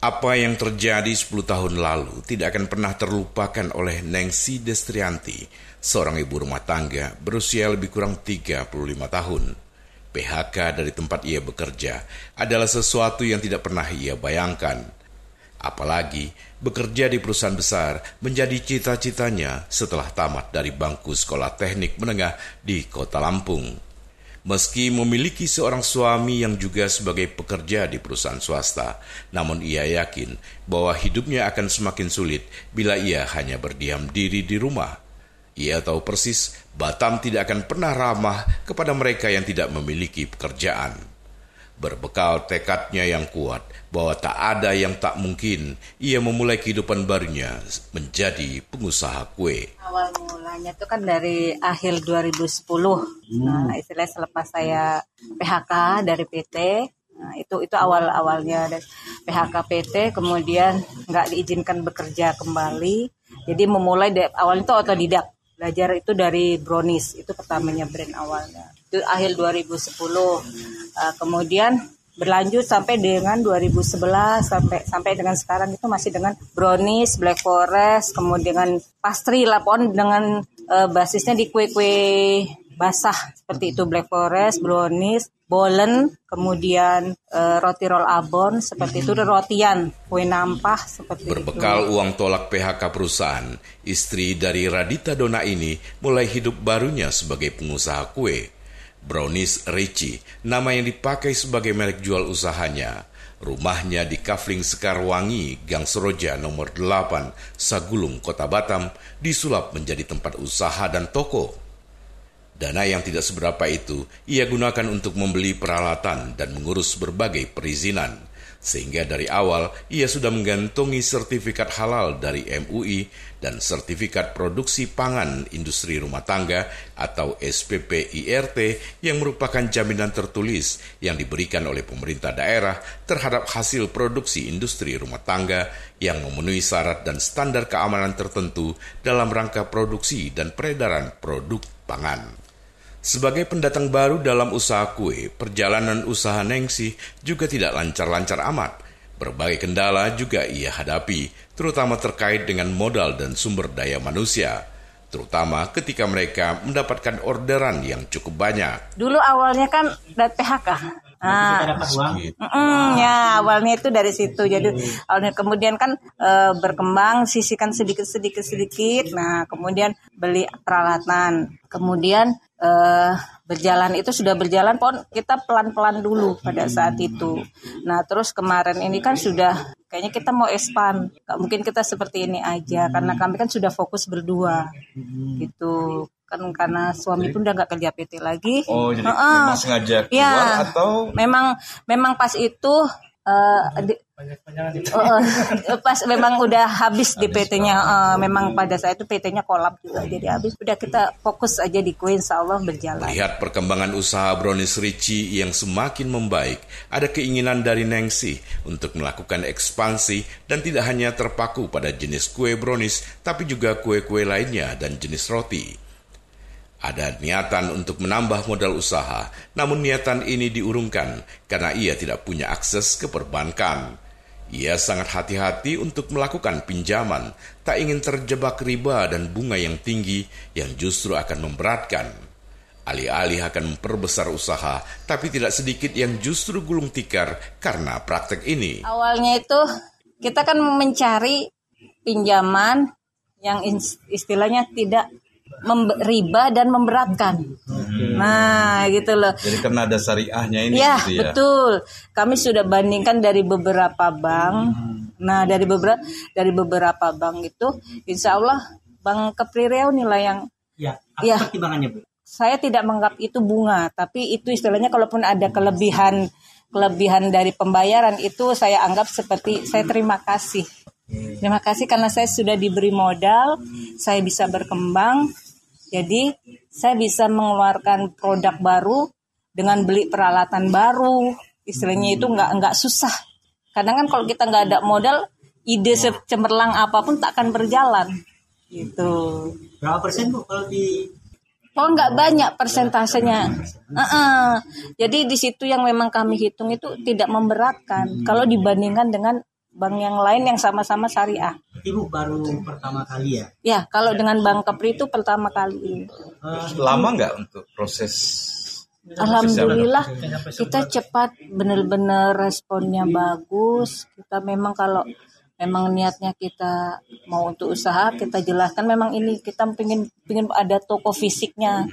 Apa yang terjadi 10 tahun lalu tidak akan pernah terlupakan oleh Nengsi Destrianti, seorang ibu rumah tangga berusia lebih kurang 35 tahun. PHK dari tempat ia bekerja adalah sesuatu yang tidak pernah ia bayangkan. Apalagi bekerja di perusahaan besar menjadi cita-citanya setelah tamat dari bangku sekolah teknik menengah di Kota Lampung. Meski memiliki seorang suami yang juga sebagai pekerja di perusahaan swasta, namun ia yakin bahwa hidupnya akan semakin sulit bila ia hanya berdiam diri di rumah. Ia tahu persis Batam tidak akan pernah ramah kepada mereka yang tidak memiliki pekerjaan. Berbekal tekadnya yang kuat bahwa tak ada yang tak mungkin, ia memulai kehidupan barunya menjadi pengusaha kue. Awal mulanya itu kan dari akhir 2010. Nah, istilahnya selepas saya PHK dari PT, nah, itu awalnya dari PHK PT, kemudian nggak diizinkan bekerja kembali. Jadi memulai awalnya itu otodidak. Belajar itu dari brownies, itu pertamanya brand awalnya. Itu akhir 2010. Kemudian berlanjut sampai dengan 2011 sampai dengan sekarang itu masih dengan brownies, black forest, kemudian dengan pastry lah, dengan basisnya di kue-kue basah seperti itu, black forest, brownies, bolen, kemudian roti roll abon seperti itu, rotian, kue nampah seperti itu. Berbekal uang tolak PHK perusahaan, istri dari Radita Dona ini mulai hidup barunya sebagai pengusaha kue. Brownies Ricci, nama yang dipakai sebagai merek jual usahanya. Rumahnya di Kafling Sekarwangi, Gang Seroja nomor 8, Sagulung, Kota Batam, disulap menjadi tempat usaha dan toko. Dana yang tidak seberapa itu ia gunakan untuk membeli peralatan dan mengurus berbagai perizinan. Sehingga dari awal ia sudah mengantongi sertifikat halal dari MUI dan sertifikat produksi pangan industri rumah tangga atau SPP IRT yang merupakan jaminan tertulis yang diberikan oleh pemerintah daerah terhadap hasil produksi industri rumah tangga yang memenuhi syarat dan standar keamanan tertentu dalam rangka produksi dan peredaran produk pangan. Sebagai pendatang baru dalam usaha kue, perjalanan usaha Nengsi juga tidak lancar-lancar amat. Berbagai kendala juga ia hadapi, terutama terkait dengan modal dan sumber daya manusia, terutama ketika mereka mendapatkan orderan yang cukup banyak. Dulu awalnya kan dari PHK. Ya awalnya itu dari situ. Jadi awalnya kemudian kan berkembang, sisihkan sedikit. Nah kemudian beli peralatan. Kemudian berjalan itu sudah berjalan, kita pelan-pelan dulu pada saat itu. Nah terus kemarin ini kan sudah kayaknya kita mau expand. Gak mungkin kita seperti ini aja karena kami kan sudah fokus berdua gitu. Kan karena suami pun udah nggak kerja PT lagi. Oh, jadi memang sengaja keluar atau? Memang pas itu pas memang udah habis di PT-nya. Memang pada saat itu PT-nya kolap juga, jadi habis. Udah kita fokus aja di kue, insya Allah berjalan. Melihat perkembangan usaha Brownies Ricci yang semakin membaik, ada keinginan dari Nengsi untuk melakukan ekspansi dan tidak hanya terpaku pada jenis kue brownies, tapi juga kue-kue lainnya dan jenis roti. Ada niatan untuk menambah modal usaha, namun niatan ini diurungkan karena ia tidak punya akses ke perbankan. Ia sangat hati-hati untuk melakukan pinjaman, tak ingin terjebak riba dan bunga yang tinggi yang justru akan memberatkan. Alih-alih akan memperbesar usaha, tapi tidak sedikit yang justru gulung tikar karena praktek ini. Awalnya itu kita kan mencari pinjaman yang istilahnya tidak riba dan memberatkan. Nah, gitu loh. Jadi karena ada syariahnya ini ya, gitu ya. Betul. Kami sudah bandingkan dari beberapa bank. Nah, dari beberapa bank itu insya Allah Bank Kepri Riau nilai yang pertimbangannya, Bu. Saya tidak menganggap itu bunga, tapi itu istilahnya kalaupun ada kelebihan dari pembayaran itu saya anggap seperti saya terima kasih. Terima kasih karena saya sudah diberi modal, saya bisa berkembang. Jadi saya bisa mengeluarkan produk baru dengan beli peralatan baru. Istilahnya itu nggak susah. Kadang kan kalau kita nggak ada modal, ide secemerlang apapun tak akan berjalan. Gitu. Berapa persen, Bu, kalau di? Oh, nggak banyak persentasenya. Jadi di situ yang memang kami hitung itu tidak memberatkan. Kalau dibandingkan dengan bank yang lain yang sama-sama syariah. Ibu baru pertama kali ya? Ya, kalau dengan Bank Kepri itu pertama kali. Lama nggak untuk proses? Alhamdulillah kita cepat, benar-benar responnya bagus. Kita memang kalau memang niatnya kita mau untuk usaha, kita jelaskan memang ini kita pengen ada toko fisiknya.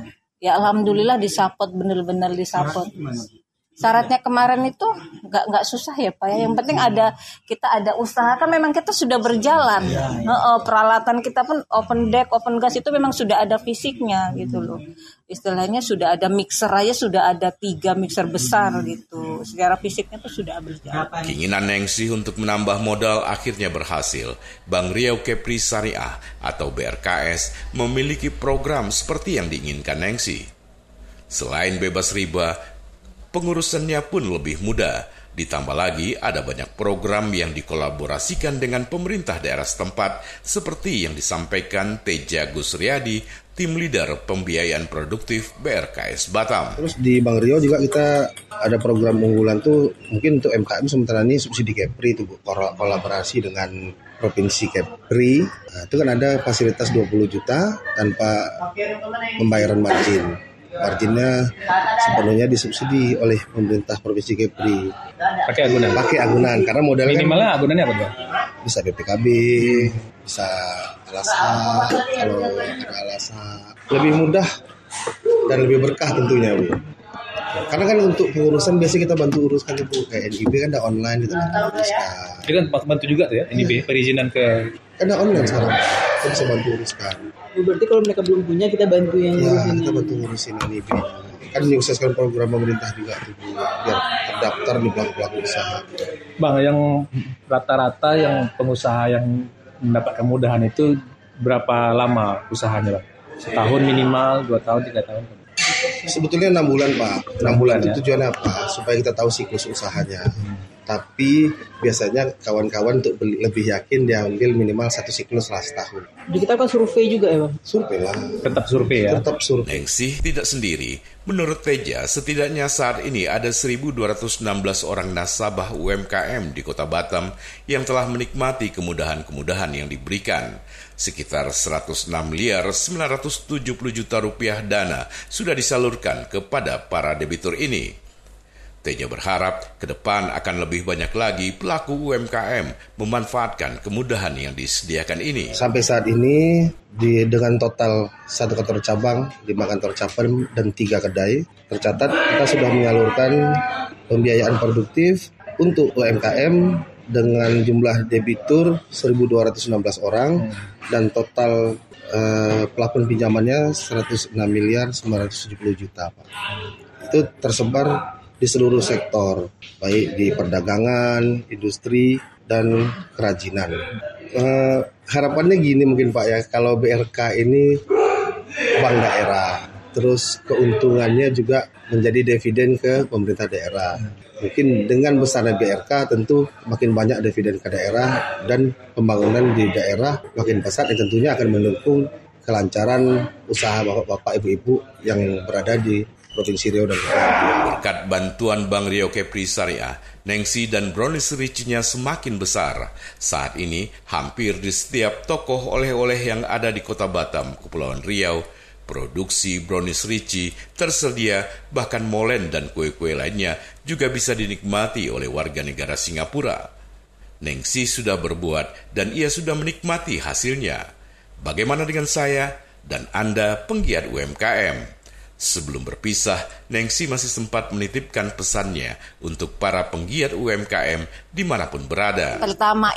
Ya alhamdulillah disupport, benar-benar disupport. Syaratnya kemarin itu nggak susah ya Pak ya. Yang penting kita ada usaha, kan memang kita sudah berjalan. Peralatan kita pun open deck, open gas itu memang sudah ada fisiknya gitu loh. Istilahnya sudah ada mixer aja, sudah ada 3 mixer besar gitu. Secara fisiknya tuh sudah berjalan. Keinginan Nengsi untuk menambah modal akhirnya berhasil. Bank Riau Kepri Syariah atau BRKS memiliki program seperti yang diinginkan Nengsi. Selain bebas riba, pengurusannya pun lebih mudah. Ditambah lagi ada banyak program yang dikolaborasikan dengan pemerintah daerah setempat seperti yang disampaikan Teja Gusriyadi, tim leader pembiayaan produktif BRKS Batam. Terus di Bank Riau juga kita ada program unggulan tuh mungkin untuk MKM sementara ini subsidi Kepri itu Bu, kolaborasi dengan Provinsi Kepri. Nah, itu kan ada fasilitas 20 juta tanpa pembayaran margin. Marginnya sepenuhnya disubsidi oleh pemerintah Provinsi Kepri. Pakai agunan karena modalnya minimalnya agunannya apa Bang? Bisa BPKB, bisa LSH, kalau ada LSH. Lebih mudah dan lebih berkah tentunya Bu. Karena kan untuk pengurusan biasanya kita bantu uruskan itu kayak NIB kan ada online kita bantu uruskan. Itu kan bantu juga tuh ya NIB perizinan ke. Kan ada online sekarang, kita bisa bantu uruskan. Berarti kalau mereka belum punya kita bantu yang ngurusin. Kita bantu ngurusin NIB. Kan diusahakan program pemerintah juga tuh biar terdaftar di pelaku usaha. Bang, yang rata-rata yang pengusaha yang mendapat kemudahan itu berapa lama usahanya Bang? Setahun minimal, 2 tahun, 3 tahun? Sebetulnya 6 bulan Pak. 6 bulan itu ya? Tujuannya apa? Supaya kita tahu siklus usahanya. Tapi biasanya kawan-kawan untuk lebih yakin dia ambil minimal 1 siklus lah setahun. Jadi kita kan survei juga ya Bang? Survei lah. Tetap survei ya? Tetap survei. Nengsi tidak sendiri. Menurut Teja, setidaknya saat ini ada 1.216 orang nasabah UMKM di Kota Batam yang telah menikmati kemudahan-kemudahan yang diberikan. Sekitar 106 miliar 970 juta rupiah dana sudah disalurkan kepada para debitur ini. Teja berharap ke depan akan lebih banyak lagi pelaku UMKM memanfaatkan kemudahan yang disediakan ini. Sampai saat ini dengan total 1 kantor cabang, 5 kantor cabang dan 3 kedai, tercatat kita sudah menyalurkan pembiayaan produktif untuk UMKM dengan jumlah debitur 1.216 orang dan total pelakon pinjamannya 106 miliar 970 juta Pak. Itu tersebar di seluruh sektor, baik di perdagangan, industri, dan kerajinan. Harapannya gini mungkin Pak ya, kalau BRK ini bank daerah, terus keuntungannya juga menjadi dividen ke pemerintah daerah. Mungkin dengan besarnya BRK tentu makin banyak dividen ke daerah dan pembangunan di daerah makin besar yang tentunya akan mendukung kelancaran usaha bapak-bapak, ibu-ibu yang berada di Provinsi Riau dan Kepulauan. Berkat bantuan Bank Riau Kepri Syariah, Nengsi dan brownies Ricci-nya semakin besar. Saat ini, hampir di setiap toko oleh-oleh yang ada di Kota Batam, Kepulauan Riau, produksi brownies Ricci tersedia, bahkan molen dan kue-kue lainnya juga bisa dinikmati oleh warga negara Singapura. Nengsi sudah berbuat dan ia sudah menikmati hasilnya. Bagaimana dengan saya dan Anda penggiat UMKM? Sebelum berpisah, Nengsi masih sempat menitipkan pesannya untuk para penggiat UMKM dimanapun berada. Pertama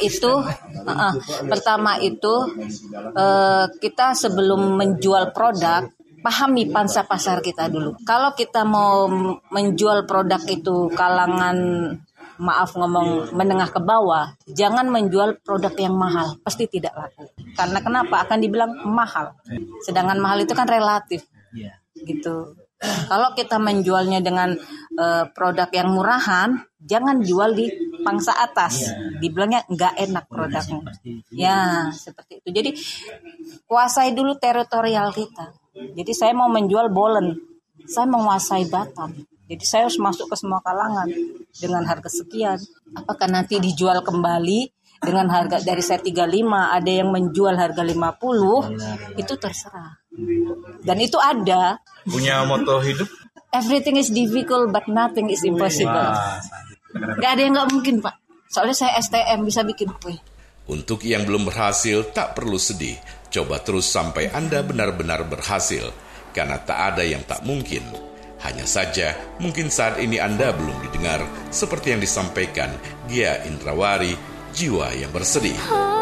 itu kita sebelum menjual produk, pahami pangsa pasar kita dulu. Kalau kita mau menjual produk itu kalangan, maaf ngomong, menengah ke bawah, jangan menjual produk yang mahal, pasti tidak laku. Karena kenapa? Akan dibilang mahal. Sedangkan mahal itu kan relatif. Gitu. Kalau kita menjualnya dengan produk yang murahan, jangan jual di pangsa atas. Dibilangnya nggak enak produknya. Ya, seperti itu. Jadi kuasai dulu teritorial kita. Jadi saya mau menjual bolen, saya menguasai Batam. Jadi saya harus masuk ke semua kalangan dengan harga sekian. Apakah nanti dijual kembali dengan harga dari saya 35, ada yang menjual harga 50, itu terserah. Dan itu ada. Punya moto hidup? Everything is difficult but nothing is impossible. Gak ada yang gak mungkin, Pak. Soalnya saya STM bisa bikin kue. Untuk yang belum berhasil, tak perlu sedih. Coba terus sampai Anda benar-benar berhasil. Karena tak ada yang tak mungkin. Hanya saja, mungkin saat ini Anda belum didengar seperti yang disampaikan Gia Indrawari, jiwa yang bersedih.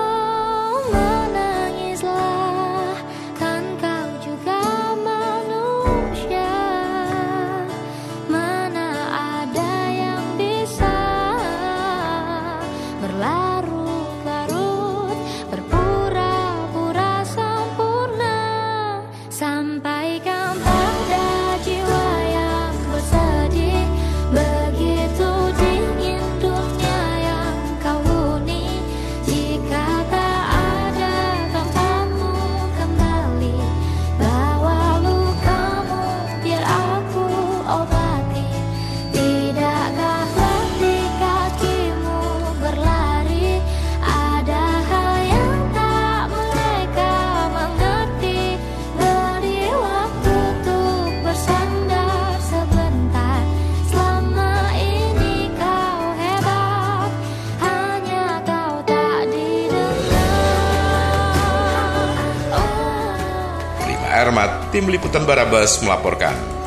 Menangislah, kan kau juga manusia. Mana ada yang bisa berlarut-larut, berpura-pura sempurna. Sampaikan pada jiwa yang bersedih, begitu dingin dunia yang kau huni. Jika tak ada tempatmu kembali, bawa lukamu biar aku obati. Tidakkah letih kakimu berlari, ada hal yang tak mereka mengerti. Beri waktu untuk bersandar sebentar. Selama ini kau hebat, hanya kau tak didengar. Prima Ermat, Tim Liputan Barabas melaporkan.